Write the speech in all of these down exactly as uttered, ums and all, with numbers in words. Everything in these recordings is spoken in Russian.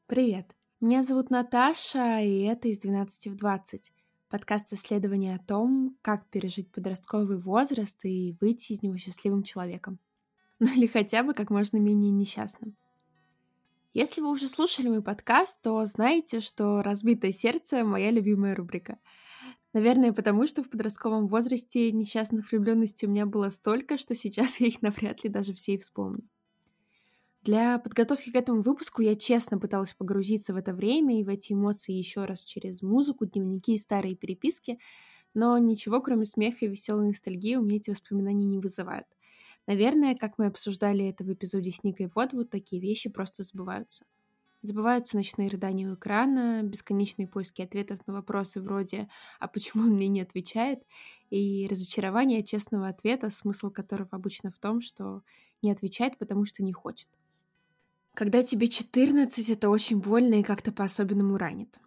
Привет! Меня зовут Наташа, и это «Из двенадцати в двадцать» — подкаст исследования о том, как пережить подростковый возраст и выйти из него счастливым человеком. Ну или хотя бы как можно менее несчастным. Если вы уже слушали мой подкаст, то знаете, что «Разбитое сердце» — моя любимая рубрика. Наверное, потому что в подростковом возрасте несчастных влюбленностей у меня было столько, что сейчас я их навряд ли даже все и вспомню. Для подготовки к этому выпуску я честно пыталась погрузиться в это время и в эти эмоции еще раз через музыку, дневники и старые переписки, но ничего, кроме смеха и веселой ностальгии, у меня эти воспоминания не вызывают. Наверное, как мы обсуждали это в эпизоде с Никой Водвуд, такие вещи просто забываются. Забываются ночные рыдания у экрана, бесконечные поиски ответов на вопросы вроде «А почему он мне не отвечает?» и разочарование от честного ответа, смысл которого обычно в том, что не отвечает, потому что не хочет. Когда тебе четырнадцать, это очень больно и как-то по-особенному ранит.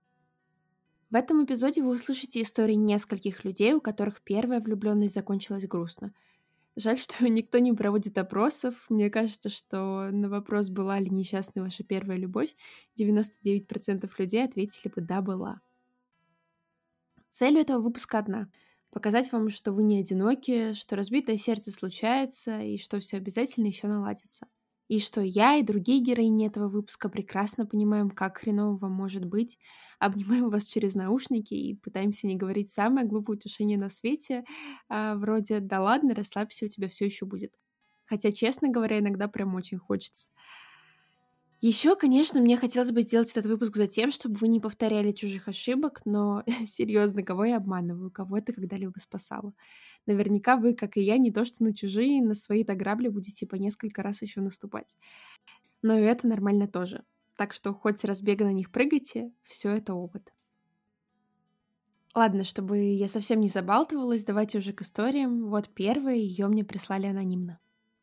В этом эпизоде вы услышите истории нескольких людей, у которых первая влюбленность закончилась грустно. Жаль, что никто не проводит опросов. Мне кажется, что на вопрос, была ли несчастной ваша первая любовь, девяносто девять процентов людей ответили бы «да, была». Цель у этого выпуска одна — показать вам, что вы не одиноки, что разбитое сердце случается и что все обязательно еще наладится. И что я и другие героини этого выпуска прекрасно понимаем, как хреново вам может быть, обнимаем вас через наушники и пытаемся не говорить самое глупое утешение на свете, а, вроде «да ладно, расслабься, у тебя все еще будет». Хотя, честно говоря, иногда прям очень хочется. Еще, конечно, мне хотелось бы сделать этот выпуск за тем, чтобы вы не повторяли чужих ошибок, но серьезно, кого я обманываю, кого это когда-либо спасало? Наверняка вы, как и я, не то что на чужие, на свои-то грабли будете по несколько раз еще наступать. Но и это нормально тоже. Так что хоть с разбега на них прыгайте, все это опыт. Ладно, чтобы я совсем не забалтывалась, давайте уже к историям. Вот первая, ее мне прислали анонимно.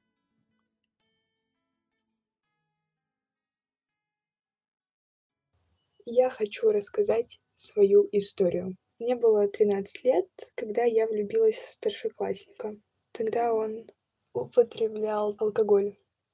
Я хочу рассказать свою историю. Мне было тринадцать лет, когда я влюбилась в старшеклассника. Тогда он употреблял алкоголь.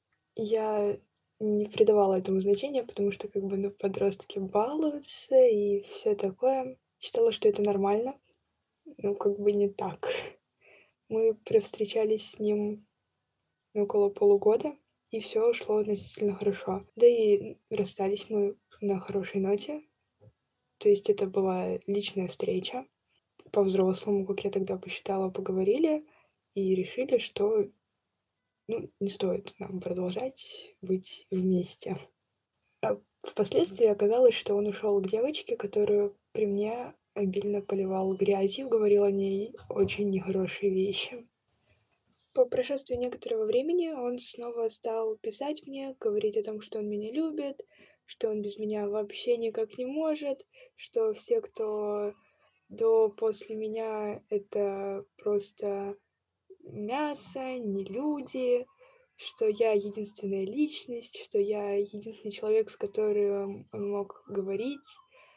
Я не придавала этому значения, потому что как бы, ну, подростки балуются и всё такое. Считала, что это нормально. Ну, как бы не так. Мы провстречались с ним около полугода, и всё шло относительно хорошо. Да и расстались мы на хорошей ноте. То есть это была личная встреча. По-взрослому, как я тогда посчитала, поговорили и решили, что, ну, не стоит нам продолжать быть вместе. А впоследствии оказалось, что он ушёл к девочке, которую при мне обильно поливал грязью, говорил о ней очень нехорошие вещи. По прошествии некоторого времени он снова стал писать мне, говорить о том, что он меня любит, что он без меня вообще никак не может, что все, кто до после меня, это просто мясо, не люди, что я единственная личность, что я единственный человек, с которым он мог говорить.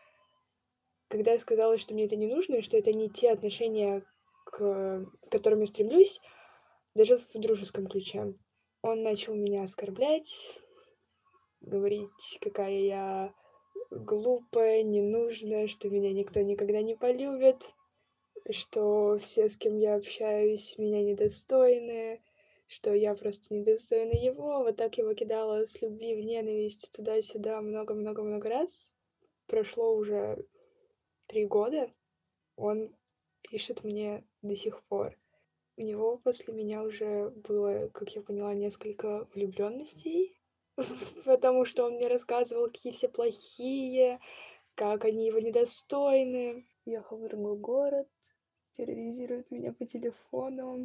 Когда я сказала, что мне это не нужно и что это не те отношения, к которым я стремлюсь, даже в дружеском ключе, он начал меня оскорблять, говорить, какая я глупая, ненужная, что меня никто никогда не полюбит, что все, с кем я общаюсь, меня недостойны, что я просто недостойна его. Вот так его кидала с любви в ненависть туда-сюда много-много-много раз. Прошло уже три года, он пишет мне до сих пор. У него после меня уже было, как я поняла, несколько влюблённостей, потому что он мне рассказывал, какие все плохие, как они его недостойны. Ехал в другой город, терроризирует меня по телефону.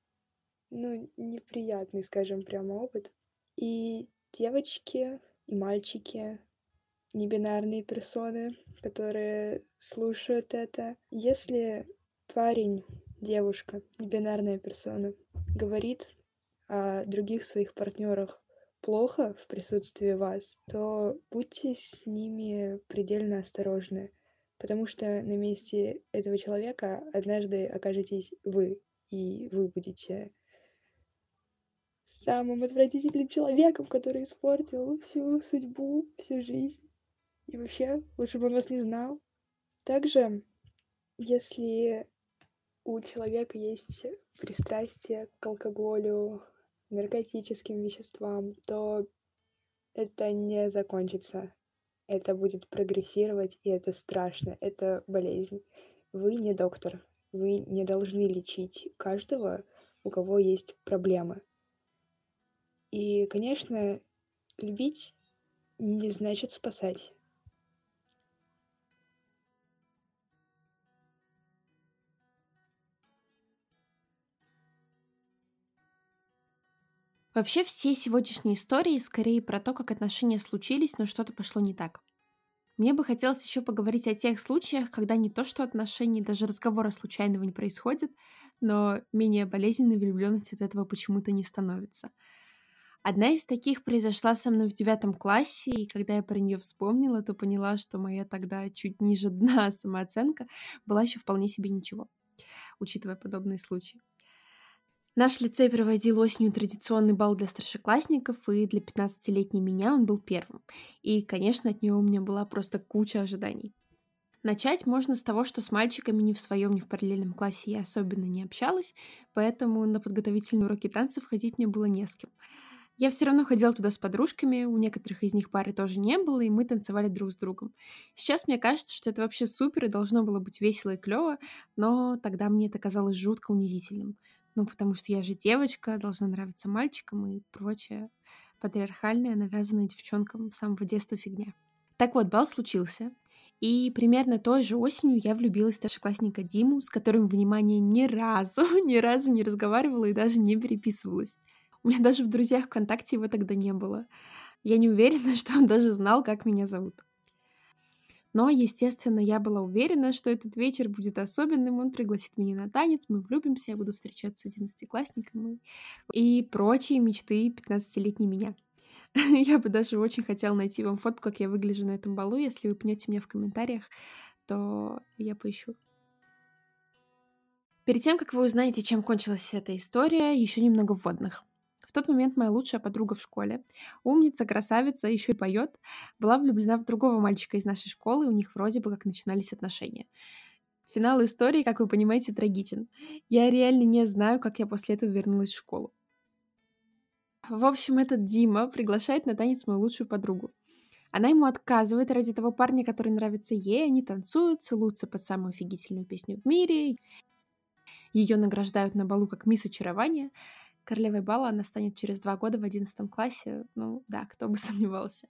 Ну, неприятный, скажем прямо, опыт. И девочки, и мальчики, небинарные персоны, которые слушают это. Если парень, девушка, небинарная персона, говорит о других своих партнёрах плохо в присутствии вас, то будьте с ними предельно осторожны, потому что на месте этого человека однажды окажетесь вы, и вы будете самым отвратительным человеком, который испортил всю судьбу, всю жизнь. И вообще, лучше бы он вас не знал. Также, если у человека есть пристрастие к алкоголю, наркотическим веществам, то это не закончится. Это будет прогрессировать, и это страшно. Это болезнь. Вы не доктор. Вы не должны лечить каждого, у кого есть проблемы. И, конечно, любить не значит спасать. Вообще все сегодняшние истории скорее про то, как отношения случились, но что-то пошло не так. Мне бы хотелось еще поговорить о тех случаях, когда не то что отношений, даже разговора случайного не происходит, но менее болезненной влюбленность от этого почему-то не становится. Одна из таких произошла со мной в девятом классе, и когда я про нее вспомнила, то поняла, что моя тогда чуть ниже дна самооценка была еще вполне себе ничего, учитывая подобные случаи. Наш лицей проводил осенью традиционный бал для старшеклассников, и для пятнадцатилетней меня он был первым. И, конечно, от него у меня была просто куча ожиданий. Начать можно с того, что с мальчиками ни в своем, ни в параллельном классе я особенно не общалась, поэтому на подготовительные уроки танцев ходить мне было не с кем. Я все равно ходила туда с подружками, у некоторых из них пары тоже не было, и мы танцевали друг с другом. Сейчас мне кажется, что это вообще супер и должно было быть весело и клево, но тогда мне это казалось жутко унизительным. Ну, потому что я же девочка, должна нравиться мальчикам и прочее патриархальная, навязанная девчонкам с самого детства фигня. Так вот, бал случился, и примерно той же осенью я влюбилась в старшеклассника Диму, с которым, внимание, ни разу, ни разу не разговаривала и даже не переписывалась. У меня даже в друзьях ВКонтакте его тогда не было. Я не уверена, что он даже знал, как меня зовут. Но, естественно, я была уверена, что этот вечер будет особенным, он пригласит меня на танец, мы влюбимся, я буду встречаться с одиннадцатиклассником и, и прочие мечты пятнадцатилетней меня. Я бы даже очень хотела найти вам фотку, как я выгляжу на этом балу. Если вы пнете меня в комментариях, то я поищу. Перед тем, как вы узнаете, чем кончилась эта история, еще немного вводных. В тот момент моя лучшая подруга в школе, умница, красавица, еще и поет, была влюблена в другого мальчика из нашей школы, и у них вроде бы как начинались отношения. Финал истории, как вы понимаете, трагичен. Я реально не знаю, как я после этого вернулась в школу. В общем, этот Дима приглашает на танец мою лучшую подругу. Она ему отказывает ради того парня, который нравится ей, они танцуют, целуются под самую офигительную песню в мире. Ее награждают на балу как мисс очарования. Королевой бала она станет через два года в одиннадцатом классе. Ну да, кто бы сомневался.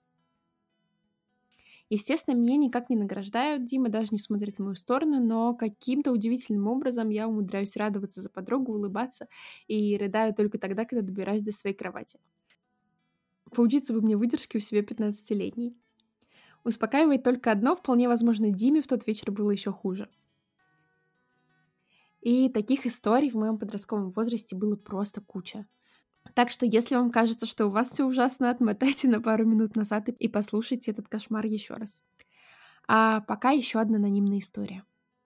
Естественно, меня никак не награждают, Дима даже не смотрит в мою сторону, но каким-то удивительным образом я умудряюсь радоваться за подругу, улыбаться и рыдаю только тогда, когда добираюсь до своей кровати. Поучиться бы мне выдержке у себя пятнадцатилетней. Успокаивает только одно, вполне возможно, Диме в тот вечер было еще хуже. И таких историй в моем подростковом возрасте было просто куча. Так что, если вам кажется, что у вас все ужасно, отмотайте на пару минут назад и послушайте этот кошмар еще раз. А пока еще одна анонимная история.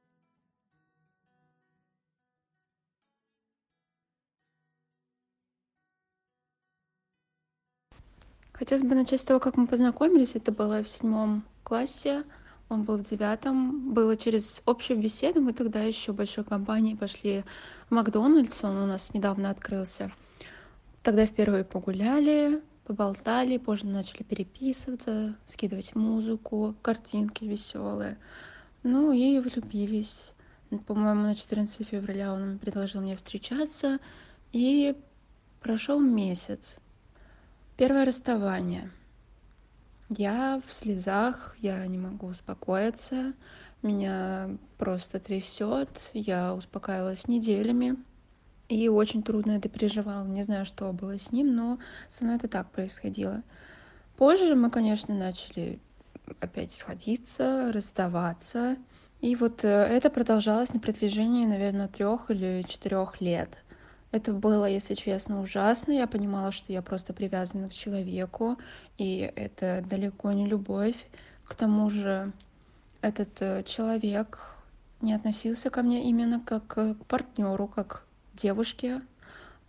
Хотелось бы начать с того, как мы познакомились. Это было в седьмом классе, он был в девятом. Было через общую беседу. Мы тогда еще большой компанией пошли в Макдональдс, он у нас недавно открылся. Тогда впервые погуляли, поболтали, позже начали переписываться, скидывать музыку, картинки веселые. Ну и влюбились. По-моему, на четырнадцатое февраля он предложил мне встречаться, и прошел месяц. Первое расставание. Я в слезах, я не могу успокоиться, меня просто трясет, я успокаивалась неделями, и очень трудно это переживала. Не знаю, что было с ним, но со мной это так происходило. Позже мы, конечно, начали опять сходиться, расставаться, и вот это продолжалось на протяжении, наверное, трех или четырех лет. Это было, если честно, ужасно. Я понимала, что я просто привязана к человеку, и это далеко не любовь. К тому же этот человек не относился ко мне именно как к партнеру, как к девушке.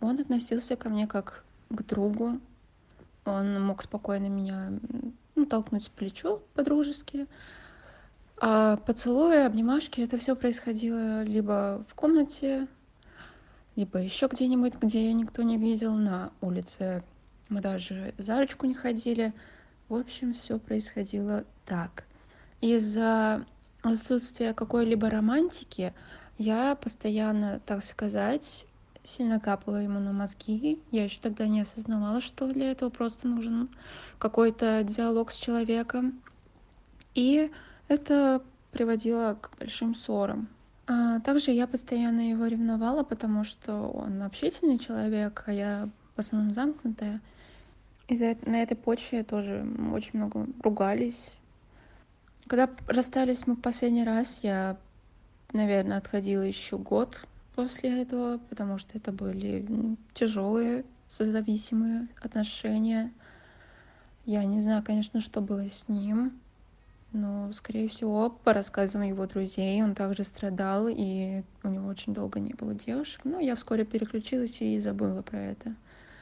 Он относился ко мне как к другу. Он мог спокойно меня ну, толкнуть в плечо по-дружески. А поцелуи, обнимашки, это все происходило либо в комнате, либо еще где-нибудь, где никто не видел, на улице. Мы даже за ручку не ходили. В общем, все происходило так. Из-за отсутствия какой-либо романтики я постоянно, так сказать, сильно капала ему на мозги. Я еще тогда не осознавала, что для этого просто нужен какой-то диалог с человеком. И это приводило к большим ссорам. А также я постоянно его ревновала, потому что он общительный человек, а я в основном замкнутая. И за это, на этой почве тоже очень много ругались. Когда расстались мы в последний раз, я, наверное, отходила еще год после этого, потому что это были тяжелые, созависимые отношения. Я не знаю, конечно, что было с ним, но, скорее всего, по рассказам его друзей, он также страдал, и у него очень долго не было девушек. Но я вскоре переключилась и забыла про это.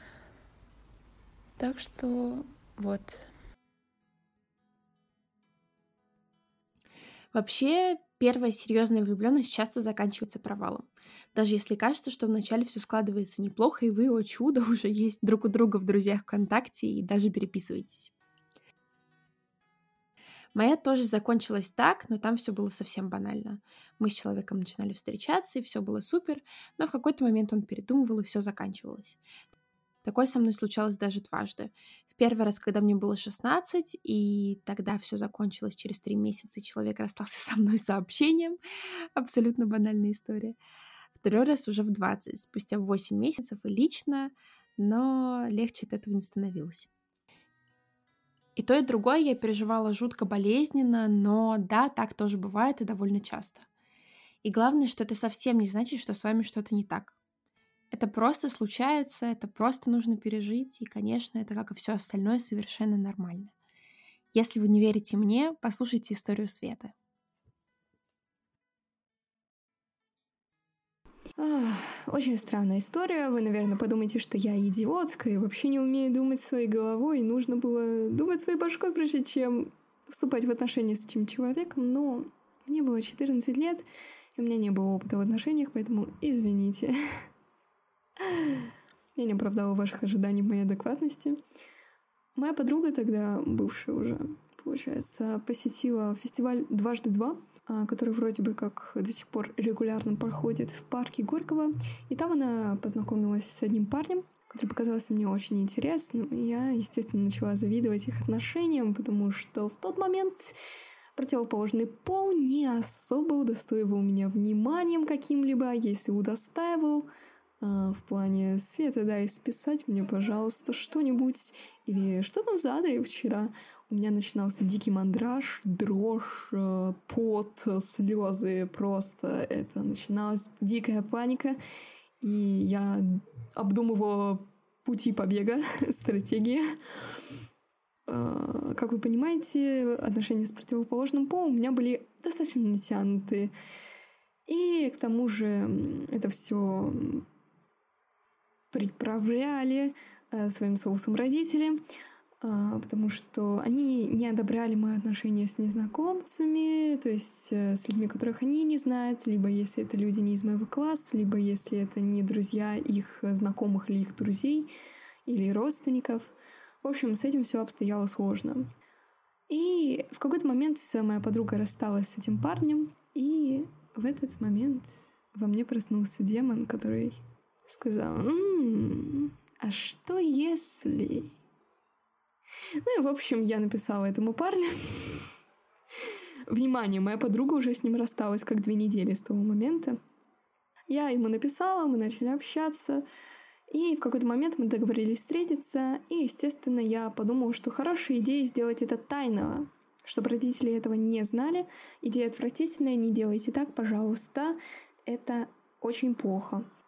Так что вот. Вообще, первая серьезная влюбленность часто заканчивается провалом. Даже если кажется, что вначале все складывается неплохо, и вы, о чудо, уже есть друг у друга в друзьях ВКонтакте и даже переписываетесь. Моя тоже закончилась так, но там все было совсем банально. Мы с человеком начинали встречаться, и все было супер, но в какой-то момент он передумывал, и все заканчивалось. Такое со мной случалось даже дважды. В первый раз, когда мне было шестнадцать, и тогда все закончилось через три месяца, и человек расстался со мной сообщением. Абсолютно банальная история. Второй раз уже в двадцать, спустя восемь месяцев, и лично, но легче от этого не становилось. И то, и другое я переживала жутко болезненно, но да, так тоже бывает и довольно часто. И главное, что это совсем не значит, что с вами что-то не так. Это просто случается, это просто нужно пережить, и, конечно, это, как и все остальное, совершенно нормально. Если вы не верите мне, послушайте историю Светы. Ах, очень странная история. Вы, наверное, подумаете, что я идиотка и вообще не умею думать своей головой, и нужно было думать своей башкой, прежде чем вступать в отношения с этим человеком, но мне было четырнадцать лет, и у меня не было опыта в отношениях, поэтому извините. Я не оправдала ваших ожиданий моей адекватности. Моя подруга тогда, бывшая уже, получается, посетила фестиваль «Дважды два», который вроде бы как до сих пор регулярно проходит в парке Горького. И там она познакомилась с одним парнем, который показался мне очень интересным. И я, естественно, начала завидовать их отношениям, потому что в тот момент противоположный пол не особо удостоивал меня вниманием каким-либо, а если удостаивал, в плане Света, да, и списать мне, пожалуйста, что-нибудь. Или что там за Адри вчера? У меня начинался дикий мандраж, дрожь, пот, слезы. Просто это начиналась дикая паника. И я обдумывала пути побега, стратегии. Как вы понимаете, отношения с противоположным полом у меня были достаточно натянутые. И к тому же это все приправляли э, своим соусом родители, э, потому что они не одобряли мои отношения с незнакомцами, то есть э, с людьми, которых они не знают, либо если это люди не из моего класса, либо если это не друзья их знакомых или их друзей, или родственников. В общем, с этим все обстояло сложно. И в какой-то момент моя подруга рассталась с этим парнем, и в этот момент во мне проснулся демон, который сказал: «М-м, а что если...» Ну и, в общем, я написала этому парню. Внимание, моя подруга уже с ним рассталась как две недели с того момента. Я ему написала, мы начали общаться, и в какой-то момент мы договорились встретиться, и, естественно, я подумала, что хорошая идея сделать это тайно, чтобы родители этого не знали. Идея отвратительная, не делайте так, пожалуйста, это очень плохо.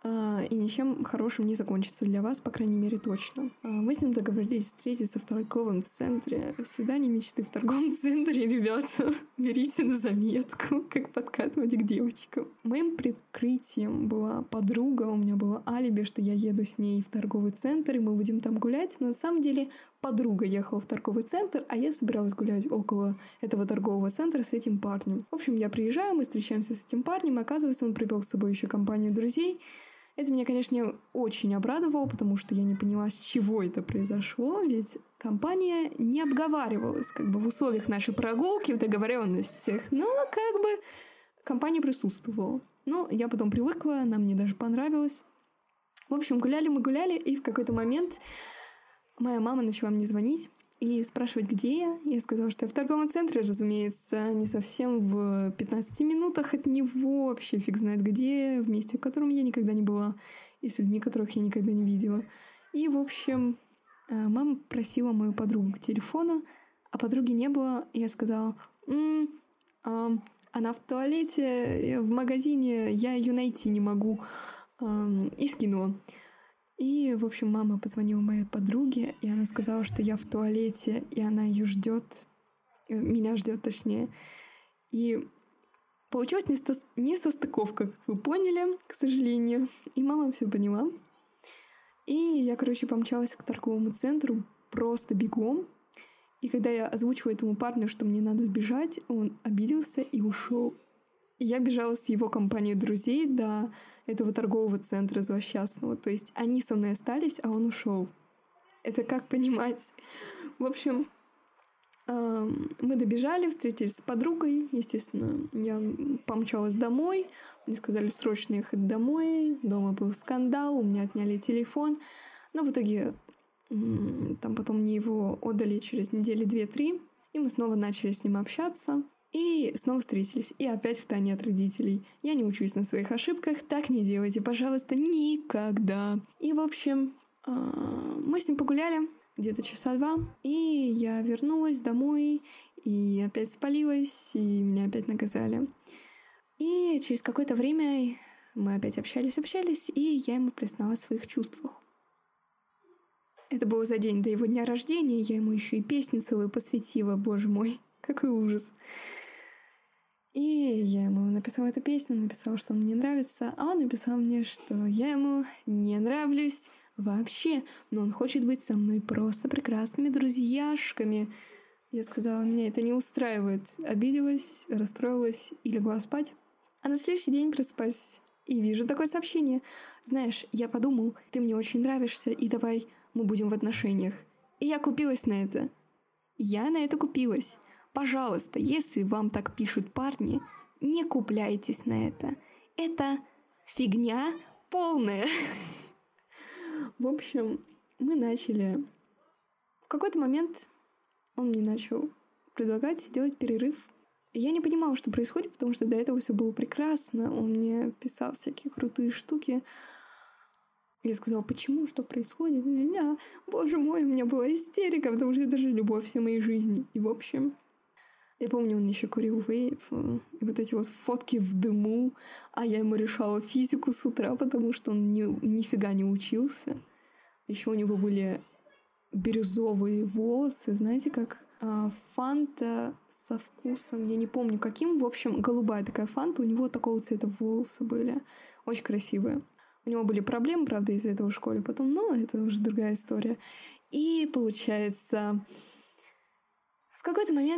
и ничем хорошим не закончится для вас, по крайней мере, точно. Мы с ним договорились встретиться в торговом центре. Свидание мечты в торговом центре, ребята, берите на заметку, как подкатывать к девочкам. Моим прикрытием была подруга, у меня было алиби, что я еду с ней в торговый центр, и мы будем там гулять, но на самом деле подруга ехала в торговый центр, а я собиралась гулять около этого торгового центра с этим парнем. В общем, я приезжаю, мы встречаемся с этим парнем, и оказывается, он привел с собой еще компанию друзей. Это меня, конечно, очень обрадовало, потому что я не поняла, с чего это произошло, ведь компания не обговаривалась как бы в условиях нашей прогулки, в договоренностях, но как бы компания присутствовала. Но я потом привыкла, она мне даже понравилась. В общем, гуляли мы гуляли, и в какой-то момент моя мама начала мне звонить и спрашивать, где я. Я сказала, что я в торговом центре, разумеется, не совсем в пятнадцати минутах от него, вообще фиг знает где, в месте, в котором я никогда не была, и с людьми, которых я никогда не видела. И, в общем, мама просила мою подругу к телефону, а подруги не было. Я сказала, М, а, она в туалете, в магазине, я ее найти не могу. И скинула. И, в общем, мама позвонила моей подруге, и она сказала, что я в туалете, и она ее ждет, меня ждет, точнее. И получилась несостыковка, как вы поняли, к сожалению. И мама все поняла. И я, короче, помчалась к торговому центру просто бегом. И когда я озвучила этому парню, что мне надо сбежать, он обиделся и ушел. И я бежала с его компанией друзей до этого торгового центра злосчастного. То есть они со мной остались, а он ушел. Это как понимать? В общем, мы добежали, встретились с подругой. Естественно, я помчалась домой. Мне сказали срочно ехать домой. Дома был скандал, у меня отняли телефон. Но в итоге там потом мне его отдали через недели две-три. И мы снова начали с ним общаться. И снова встретились. И опять в тайне от родителей. Я не учусь на своих ошибках. Так не делайте, пожалуйста, никогда. И, в общем, мы с ним погуляли где-то часа два. И я вернулась домой. И опять спалилась. И меня опять наказали. И через какое-то время мы опять общались-общались. И я ему призналась в своих чувствах. Это было за день до его дня рождения. Я ему еще и песню целую посвятила. Боже мой, какой ужас. И я ему написала эту песню, написала, что он мне нравится, а он написал мне, что я ему не нравлюсь вообще, но он хочет быть со мной просто прекрасными друзьяшками. Я сказала, меня это не устраивает. Обиделась, расстроилась и легла спать. А на следующий день просыпаюсь и вижу такое сообщение. Знаешь, я подумал, ты мне очень нравишься, и давай мы будем в отношениях. И я купилась на это. Я на это купилась. Пожалуйста, если вам так пишут парни, не купляйтесь на это. Это фигня полная. В общем, мы начали... В какой-то момент он мне начал предлагать сделать перерыв. Я не понимала, что происходит, потому что до этого все было прекрасно. Он мне писал всякие крутые штуки. Я сказала, почему, что происходит? Я, боже мой, у меня была истерика, потому что это же любовь всей моей жизни. И, в общем, я помню, он еще курил вейп, и вот эти вот фотки в дыму, а я ему решала физику с утра, потому что он ни, нифига не учился. Еще у него были бирюзовые волосы, знаете, как а, фанта со вкусом, я не помню каким, в общем, голубая такая фанта, у него такого цвета волосы были, очень красивые. У него были проблемы, правда, из-за этого в школе потом, но это уже другая история. И получается, в какой-то момент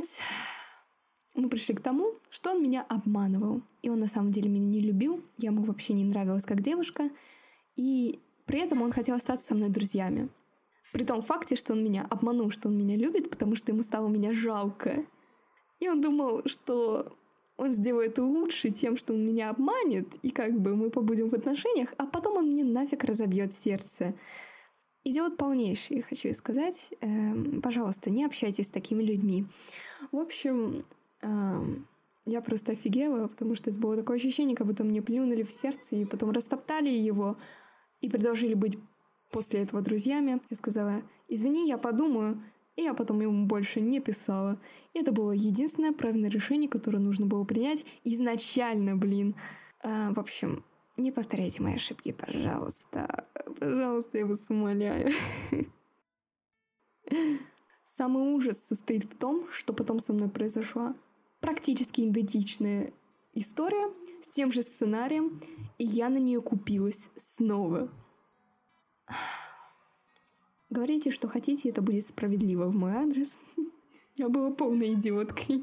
мы пришли к тому, что он меня обманывал. И он на самом деле меня не любил, я ему вообще не нравилась как девушка, и при этом он хотел остаться со мной друзьями. При том факте, что он меня обманул, что он меня любит, потому что ему стало меня жалко. И он думал, что он сделает лучше тем, что он меня обманет, и как бы мы побудем в отношениях, а потом он мне нафиг разобьет сердце. Идиот полнейший, хочу сказать. Эм, пожалуйста, не общайтесь с такими людьми. В общем, эм, я просто офигела, потому что это было такое ощущение, как будто мне плюнули в сердце, и потом растоптали его, и предложили быть после этого друзьями. Я сказала, извини, я подумаю, и я потом ему больше не писала. И это было единственное правильное решение, которое нужно было принять изначально, блин. А, в общем, Не повторяйте мои ошибки, пожалуйста. Пожалуйста, я вас умоляю. Самый ужас состоит в том, что потом со мной произошла практически идентичная история с тем же сценарием, и я на нее купилась снова. Говорите, что хотите, это будет справедливо в мой адрес. Я была полной идиоткой.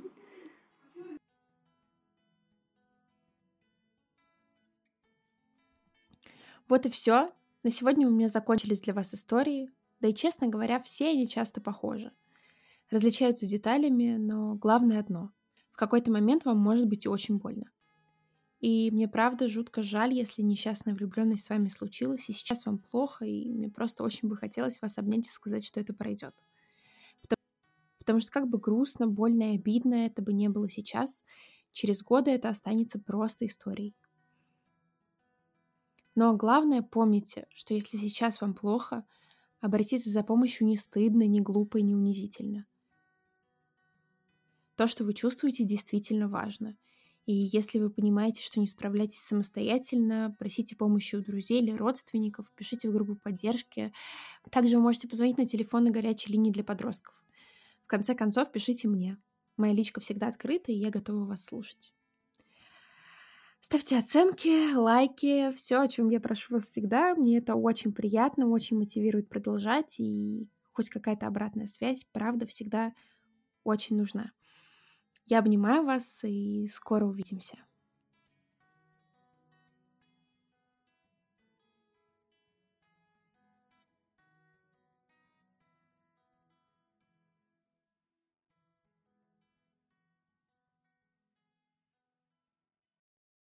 Вот и все. На сегодня у меня закончились для вас истории. Да и, честно говоря, все они часто похожи. Различаются деталями, но главное одно. В какой-то момент вам может быть и очень больно. И мне правда жутко жаль, если несчастная влюбленность с вами случилась, и сейчас вам плохо, и мне просто очень бы хотелось вас обнять и сказать, что это пройдет. Потому, потому что как бы грустно, больно и обидно это бы не было сейчас, через годы это останется просто историей. Но главное, помните, что если сейчас вам плохо, обратиться за помощью не стыдно, не глупо и не унизительно. То, что вы чувствуете, действительно важно. И если вы понимаете, что не справляетесь самостоятельно, просите помощи у друзей или родственников, пишите в группу поддержки. Также вы можете позвонить на телефон на горячей линии для подростков. В конце концов, пишите мне. Моя личка всегда открыта, и я готова вас слушать. Ставьте оценки, лайки, все, о чем я прошу вас всегда. Мне это очень приятно, очень мотивирует продолжать, и хоть какая-то обратная связь, правда, всегда очень нужна. Я обнимаю вас, и скоро увидимся.